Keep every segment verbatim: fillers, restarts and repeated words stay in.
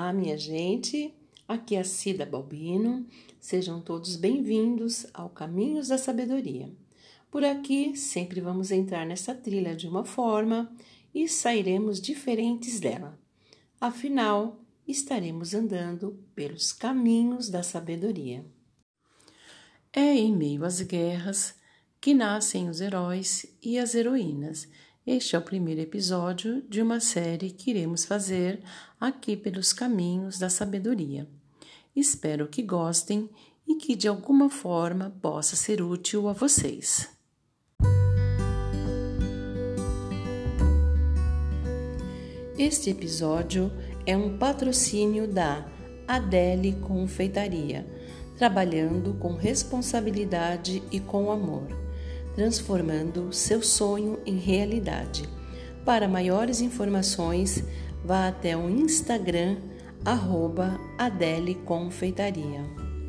Olá, minha gente, aqui é a Cida Balbino, sejam todos bem-vindos ao Caminhos da Sabedoria. Por aqui, sempre vamos entrar nessa trilha de uma forma e sairemos diferentes dela. Afinal, estaremos andando pelos caminhos da sabedoria. É em meio às guerras que nascem os heróis e as heroínas. Este é o primeiro episódio de uma série que iremos fazer aqui pelos caminhos da sabedoria. Espero que gostem e que de alguma forma possa ser útil a vocês. Este episódio é um patrocínio da Adele Confeitaria, trabalhando com responsabilidade e com amor, transformando seu sonho em realidade. Para maiores informações, vá até o Instagram, arroba Adele Confeitaria.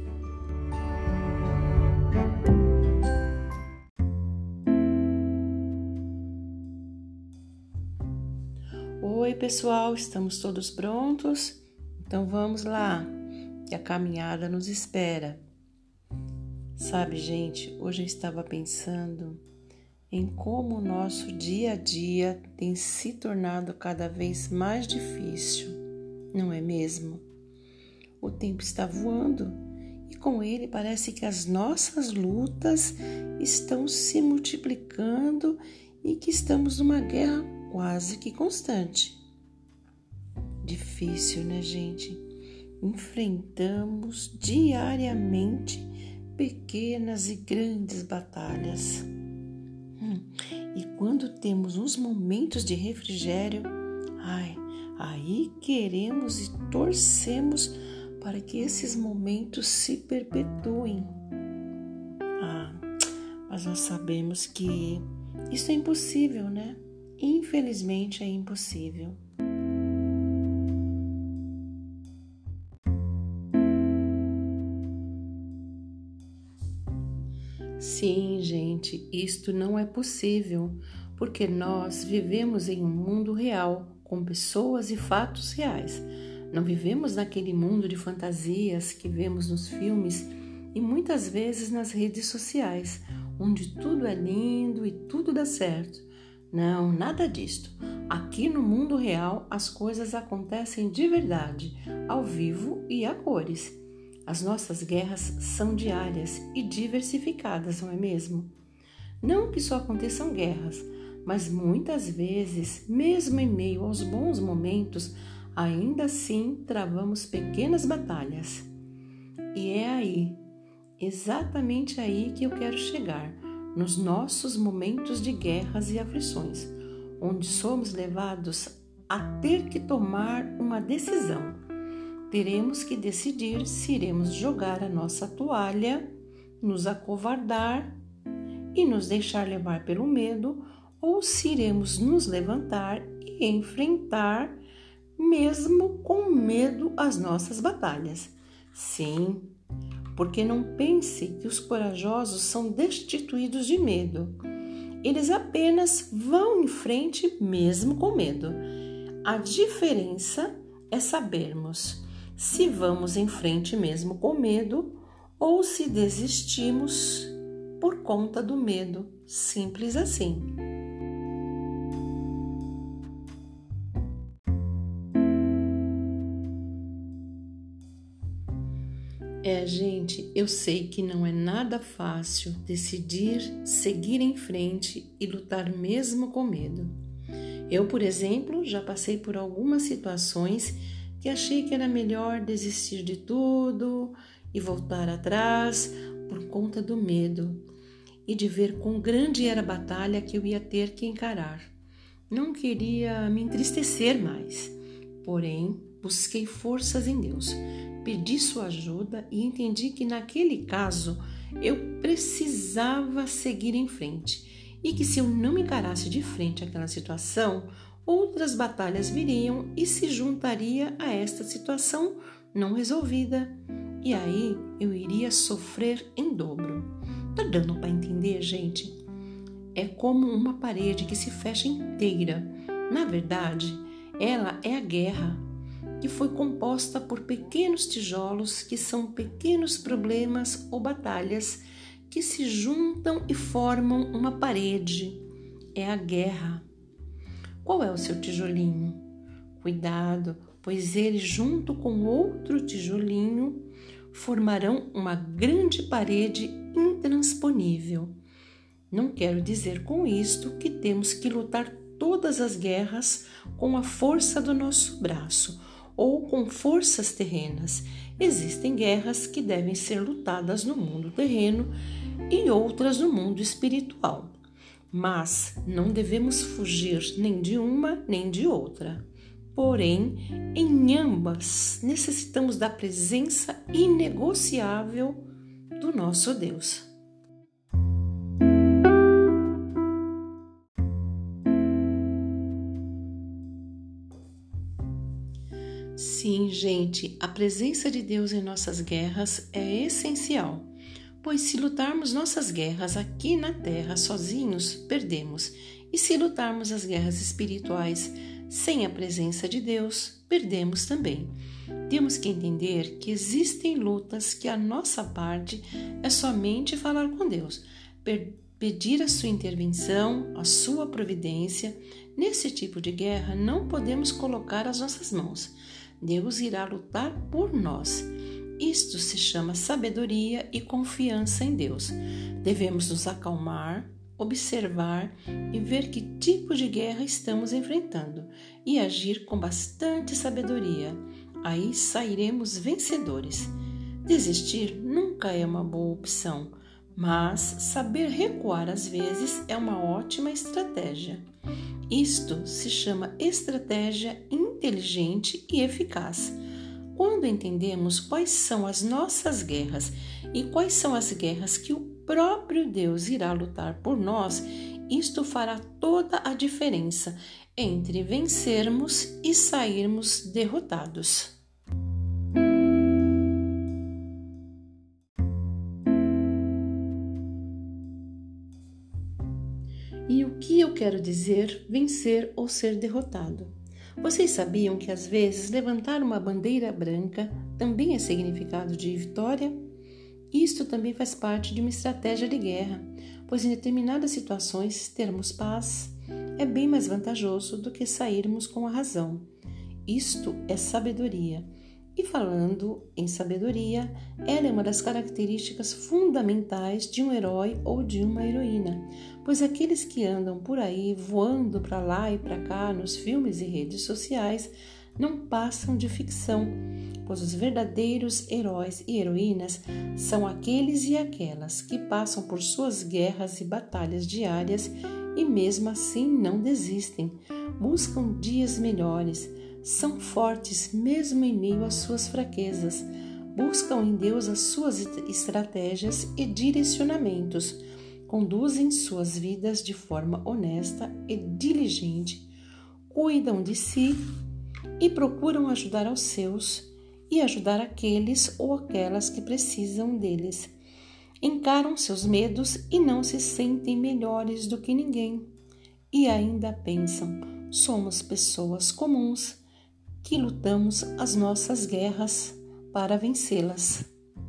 Oi, pessoal, estamos todos prontos? Então vamos lá, que a caminhada nos espera. Sabe, gente, hoje eu estava pensando em como o nosso dia a dia tem se tornado cada vez mais difícil, não é mesmo? O tempo está voando e com ele parece que as nossas lutas estão se multiplicando e que estamos numa guerra quase que constante. Difícil, né, gente? Enfrentamos diariamente pequenas e grandes batalhas. Hum, e quando temos uns momentos de refrigério, ai, aí queremos e torcemos para que esses momentos se perpetuem. Ah, mas nós sabemos que isso é impossível, né? Infelizmente é impossível. Sim, gente, isto não é possível, porque nós vivemos em um mundo real, com pessoas e fatos reais. Não vivemos naquele mundo de fantasias que vemos nos filmes e muitas vezes nas redes sociais, onde tudo é lindo e tudo dá certo. Não, nada disto. Aqui no mundo real, as coisas acontecem de verdade, ao vivo e a cores. As nossas guerras são diárias e diversificadas, não é mesmo? Não que só aconteçam guerras, mas muitas vezes, mesmo em meio aos bons momentos, ainda assim travamos pequenas batalhas. E é aí, exatamente aí que eu quero chegar, nos nossos momentos de guerras e aflições, onde somos levados a ter que tomar uma decisão. Teremos que decidir se iremos jogar a nossa toalha, nos acovardar e nos deixar levar pelo medo, ou se iremos nos levantar e enfrentar, mesmo com medo, as nossas batalhas. Sim, porque não pense que os corajosos são destituídos de medo. Eles apenas vão em frente mesmo com medo. A diferença é sabermos se vamos em frente mesmo com medo ou se desistimos por conta do medo. Simples assim. É, gente, eu sei que não é nada fácil decidir seguir em frente e lutar mesmo com medo. Eu, por exemplo, já passei por algumas situações que achei que era melhor desistir de tudo e voltar atrás por conta do medo e de ver quão grande era a batalha que eu ia ter que encarar. Não queria me entristecer mais, porém busquei forças em Deus, pedi sua ajuda e entendi que naquele caso eu precisava seguir em frente e que se eu não encarasse de frente aquela situação, outras batalhas viriam e se juntaria a esta situação não resolvida. E aí eu iria sofrer em dobro. Tá dando para entender, gente? É como uma parede que se fecha inteira. Na verdade, ela é a guerra. que foi composta por pequenos tijolos que são pequenos problemas ou batalhas que se juntam e formam uma parede. É a guerra. Qual é o seu tijolinho? Cuidado, pois ele, junto com outro tijolinho, formarão uma grande parede intransponível. Não quero dizer com isto que temos que lutar todas as guerras com a força do nosso braço ou com forças terrenas. Existem guerras que devem ser lutadas no mundo terreno e outras no mundo espiritual. Mas não devemos fugir nem de uma nem de outra. Porém, em ambas necessitamos da presença inegociável do nosso Deus. Sim, gente, a presença de Deus em nossas guerras é essencial. Pois se lutarmos nossas guerras aqui na terra sozinhos, perdemos. E se lutarmos as guerras espirituais sem a presença de Deus, perdemos também. Temos que entender que existem lutas que a nossa parte é somente falar com Deus, pedir a sua intervenção, a sua providência. Nesse tipo de guerra não podemos colocar as nossas mãos. Deus irá lutar por nós. Isto se chama sabedoria e confiança em Deus. Devemos nos acalmar, observar e ver que tipo de guerra estamos enfrentando e agir com bastante sabedoria. Aí sairemos vencedores. Desistir nunca é uma boa opção, mas saber recuar às vezes é uma ótima estratégia. Isto se chama estratégia inteligente e eficaz. Quando entendemos quais são as nossas guerras e quais são as guerras que o próprio Deus irá lutar por nós, isto fará toda a diferença entre vencermos e sairmos derrotados. E o que eu quero dizer vencer ou ser derrotado? Vocês sabiam que às vezes levantar uma bandeira branca também é significado de vitória? Isto também faz parte de uma estratégia de guerra, pois em determinadas situações termos paz é bem mais vantajoso do que sairmos com a razão. Isto é sabedoria. E falando em sabedoria, ela é uma das características fundamentais de um herói ou de uma heroína, pois aqueles que andam por aí voando para lá e para cá nos filmes e redes sociais não passam de ficção, pois os verdadeiros heróis e heroínas são aqueles e aquelas que passam por suas guerras e batalhas diárias e mesmo assim não desistem, buscam dias melhores, são fortes mesmo em meio às suas fraquezas, buscam em Deus as suas estratégias e direcionamentos, conduzem suas vidas de forma honesta e diligente, cuidam de si e procuram ajudar aos seus e ajudar aqueles ou aquelas que precisam deles. Encaram seus medos e não se sentem melhores do que ninguém. E ainda pensam, somos pessoas comuns que lutamos as nossas guerras para vencê-las.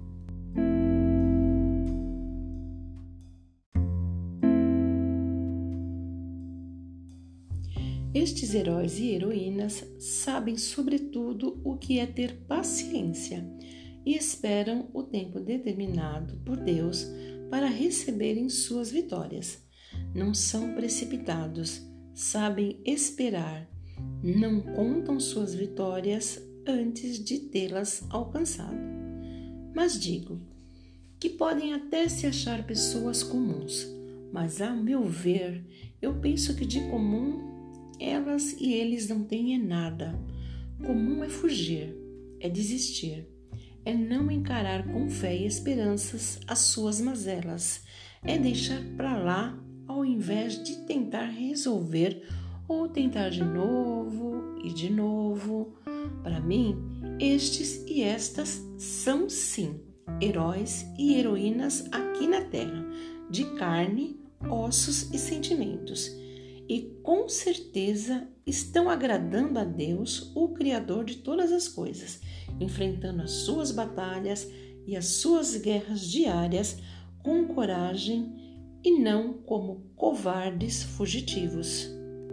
Estes heróis e heroínas sabem sobretudo o que é ter paciência e esperam o tempo determinado por Deus para receberem suas vitórias. Não são precipitados, sabem esperar, não contam suas vitórias antes de tê-las alcançado. Mas digo que podem até se achar pessoas comuns, mas a meu ver, eu penso que de comum elas e eles não têm é nada. Comum é fugir, é desistir, é não encarar com fé e esperanças as suas mazelas, é deixar para lá ao invés de tentar resolver ou tentar de novo e de novo. Para mim, estes e estas são sim heróis e heroínas aqui na terra, de carne, ossos e sentimentos. e com certeza estão agradando a Deus, o Criador de todas as coisas, enfrentando as suas batalhas e as suas guerras diárias com coragem e não como covardes fugitivos.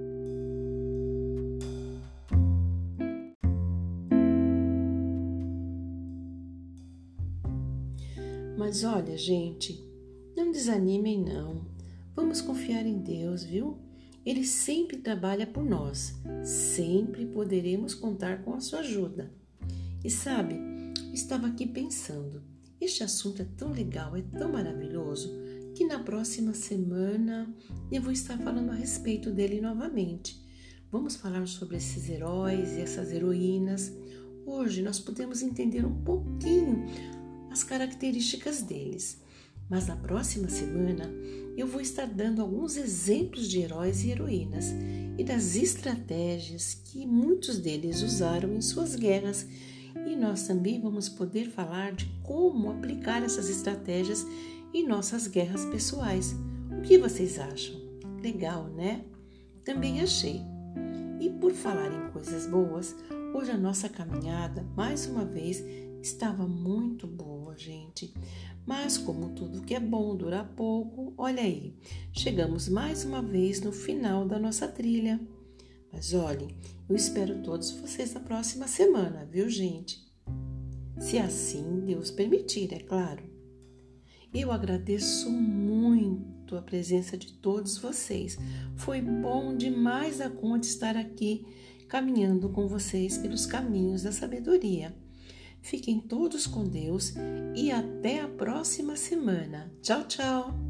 Mas olha, gente, não desanimem não. Vamos confiar em Deus, viu? Ele sempre trabalha por nós. Sempre poderemos contar com a sua ajuda. E sabe, eu estava aqui pensando, este assunto é tão legal, é tão maravilhoso, que na próxima semana eu vou estar falando a respeito dele novamente. Vamos falar sobre esses heróis e essas heroínas. Hoje nós podemos entender um pouquinho as características deles. Mas na próxima semana eu vou estar dando alguns exemplos de heróis e heroínas e das estratégias que muitos deles usaram em suas guerras. E nós também vamos poder falar de como aplicar essas estratégias em nossas guerras pessoais. O que vocês acham? Legal, né? Também achei. E por falar em coisas boas, hoje a nossa caminhada, mais uma vez, estava muito boa, gente. Mas como tudo que é bom dura pouco, olha aí, chegamos mais uma vez no final da nossa trilha. Mas olhem, eu espero todos vocês na próxima semana, viu, gente? Se assim Deus permitir, é claro. Eu agradeço muito a presença de todos vocês. Foi bom demais a conta estar aqui caminhando com vocês pelos caminhos da sabedoria. Fiquem todos com Deus e até a próxima semana. Tchau, tchau!